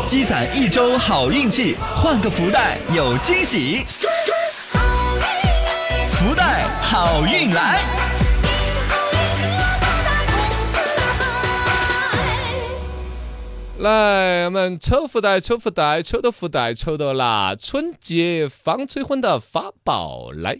积攒一周好运气，换个福袋有惊喜。福袋好运来！ 来，我们抽福袋，抽福袋，抽的福袋抽到了春节防催婚的法宝来。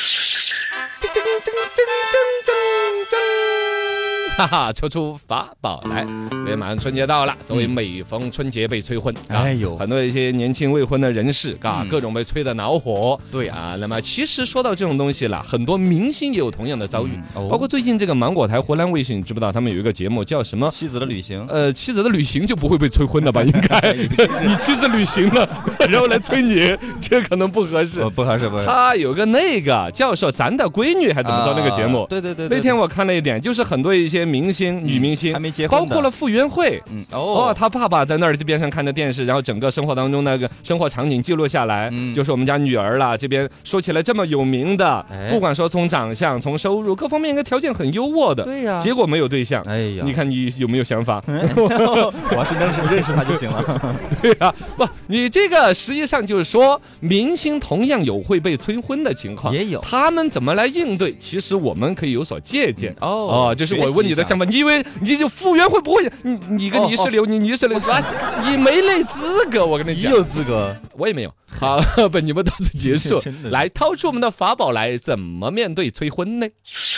哈哈，抽出法宝来！所以马上春节到了，所谓每逢春节被催婚， 哎呦， 很多一些年轻未婚的人士，各种被催得恼火。 对啊，那么其实说到这种东西了，很多明星也有同样的遭遇，包括最近这个芒果台湖南卫视，你知不知道他们有一个节目叫什么？ 妻子的旅行。 妻子的旅行就不会被催婚了吧？应该你妻子旅行了，然后来催你，这可能不合适。 不合适，不合适。 他有个那个叫说咱的闺女还怎么着那个节目？ 对。 那天我看了一点，就是很多一些明星、女明星还没结婚， 包括了傅园慧。他爸爸在那儿边上看着电视，然后整个生活当中那个生活场景记录下来，就是我们家女儿啦，这边说起来这么有名的，不管说从长相、从收入各方面，应该条件很优渥的。 对呀， 结果没有对象。 哎呀， 你看你有没有想法？ 我要是认识他就行了。 对啊，不，你这个实际上就是说，明星同样有会被催婚的情况， 也有他们怎么来应对？其实我们可以有所借鉴。这是我问你的想法。你以为你就傅园慧不会？你个泥石流，你泥石流，你没那资格。我跟你讲， 你有资格， 我也没有。好，本节目到此结束。来，掏出我们的法宝来，怎么面对催婚呢？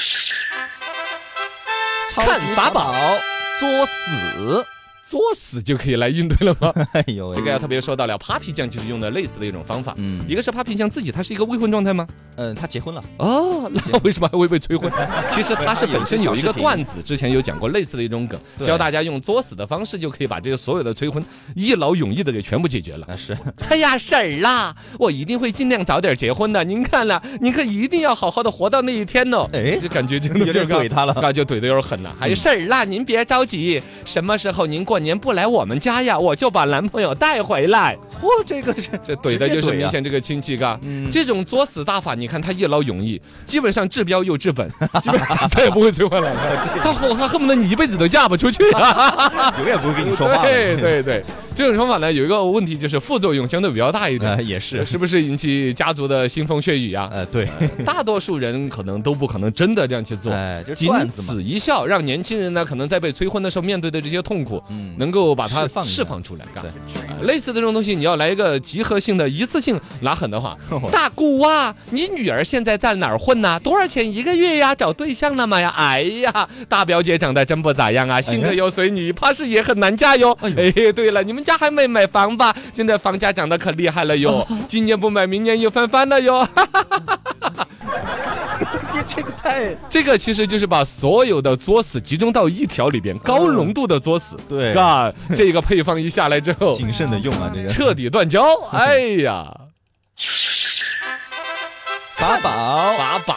看法宝，作死。 作死就可以来应对了吗？ 哎呦， 这个要特别说到了，Papi酱就是用的类似的一种方法。一个是 Papi酱自己，他是一个未婚状态吗？ 他结婚了。 那为什么还会被催婚？其实他是本身有一个段子，之前有讲过类似的一种梗，教大家用作死的方式就可以把这些所有的催婚一劳永逸的给全部解决了。 是， 哎呀，婶儿啦，我一定会尽量早点结婚的。您看了，您可一定要好好的活到那一天哦。就感觉就有点怼他了， 就怼得有点狠了。还有婶儿啦，您别着急，什么时候您过年不来我们家呀，我就把男朋友带回来。 这怼的就是明显这个亲戚嘎。这种作死大法，你看他一劳永逸，基本上治标又治本，基本上再也不会催婚了。他恨不得你一辈子都嫁不出去， 永远不会跟你说话。 对，这种方法呢，有一个问题就是副作用相对比较大一点， 也是不是引起家族的腥风血雨啊？ 对， 大多数人可能都不可能真的这样去做，仅此一笑，让年轻人呢可能在被催婚的时候面对的这些痛苦，能够把它释放出来。类似的这种东西，你要来一个集合性的一次性拉狠的话，大姑啊，你女儿现在在哪儿混呢？多少钱一个月呀？找对象了吗呀？哎呀，大表姐长得真不咋样啊，性格又随你，怕是也很难嫁哟。对了，你们家还没买房吧？现在房价涨得可厉害了哟，今年不买，明年又翻了哟。这个其实就是把所有的作死集中到一条里边，高浓度的作死。 对， 这个配方一下来之后， 谨慎的用啊，这个彻底断交。哎呀， 法宝，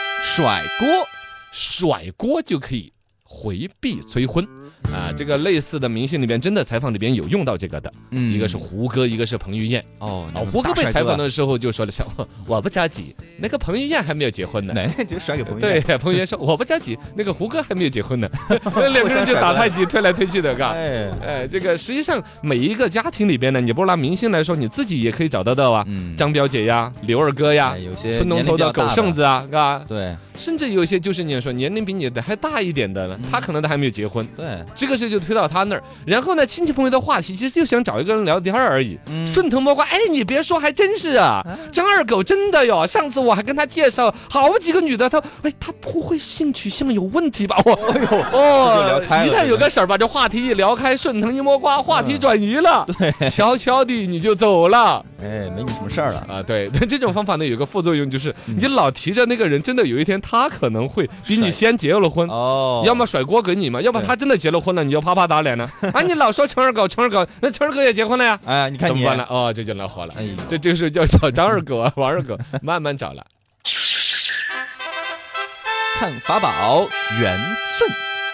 甩锅就可以回避催婚。这个类似的明星里边，真的采访里边有用到这个的，一个是胡歌，一个是彭于晏。胡歌被采访的时候就说了：“我不着急，那个彭于晏还没有结婚呢。” 就甩给彭于晏。 对，彭于晏说：“我不着急，那个胡歌还没有结婚呢。”两个人就打太极，推来推去的，这个实际上每一个家庭里边呢，你不拿明星来说，你自己也可以找得到啊。张表姐呀，刘二哥呀， 有些村东头的狗剩子啊， 对， 甚至有一些就是你说年龄比你的还大一点的呢，他可能都还没有结婚。 对。 这个事就推到他那儿，然后呢，亲戚朋友的话题其实就想找一个人聊天而已，顺藤摸瓜。你别说，还真是啊，张二狗真的哟。上次我还跟他介绍好几个女的，他不会性取向有问题吧？一旦有个事儿，把这话题一聊开，顺藤一摸瓜，话题转移了，对，悄悄地你就走了， 没你什么事儿了啊。对，这种方法呢，有个副作用就是，你老提着那个人，真的有一天他可能会比你先结了婚，要么甩锅给你嘛，要不他真的结了婚了，你就啪啪打脸了。你老说陈二狗，那陈二狗也结婚了呀？ 你看你怎么办了？这就来火了。这就是叫找张二狗啊，王二狗，慢慢找了。 看法宝，缘分。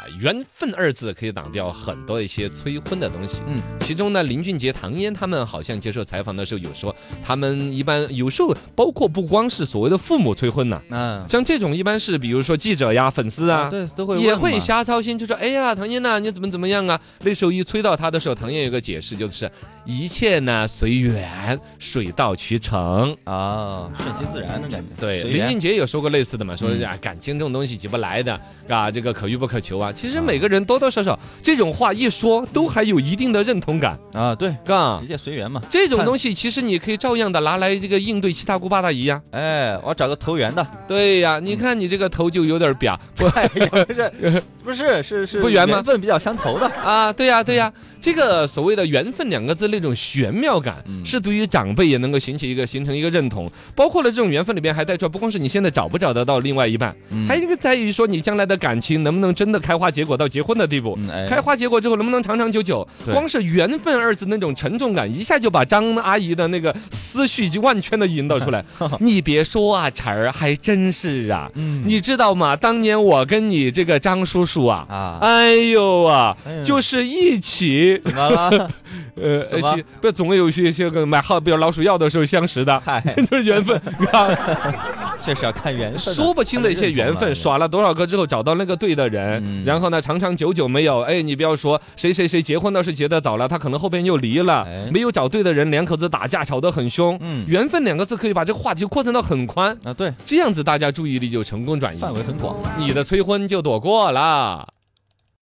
缘分二字可以挡掉很多一些催婚的东西。其中呢，林俊杰、唐嫣他们好像接受采访的时候有说，他们一般有时候包括不光是所谓的父母催婚呐，像这种一般是比如说记者呀、粉丝啊， 对，都会也会瞎操心，就说哎呀，唐嫣呐，你怎么样啊？那时候一催到他的时候，唐嫣有个解释，就是一切呢随缘，水到渠成啊，顺其自然的感觉。 对，林俊杰有说过类似的嘛，说感情这种东西急不来的啊，这个可遇不可求啊。其实每个人多多少少这种话一说，都还有一定的认同感啊。对， 嘎， 一切随缘嘛。 这种东西其实你可以照样的拿来这个应对七大姑八大姨呀。 哎，我找个投缘的。 对呀，你看你这个头就有点瘪， 不是不圆吗？ 缘分比较相投的啊。对呀。这个所谓的缘分两个字那种玄妙感，是对于长辈也能够形成一个认同。包括了这种缘分里边还带出来，不光是你现在找不找得到另外一半，还有一个在于说你将来的感情能不能真的开花结果到结婚的地步。开花结果之后能不能长长久久？光是缘分二字那种沉重感，一下就把张阿姨的那个思绪就万圈的引导出来。你别说啊，晨儿还真是啊。你知道吗？当年我跟你这个张叔叔啊，哎呦啊，就是一起。 怎么了？ 不总有些个买比如老鼠药的时候相识的，就是缘分。 确实要看缘分， 说不清的一些缘分，耍了多少个之后找到那个对的人，然后呢长长久久没有，哎，你不要说谁结婚倒是结得早了，他可能后边又离了，没有找对的人，两口子打架吵得很凶。缘分两个字可以把这个话题扩展到很宽啊， 对， 这样子大家注意力就成功转移， 范围很广， 你的催婚就躲过了。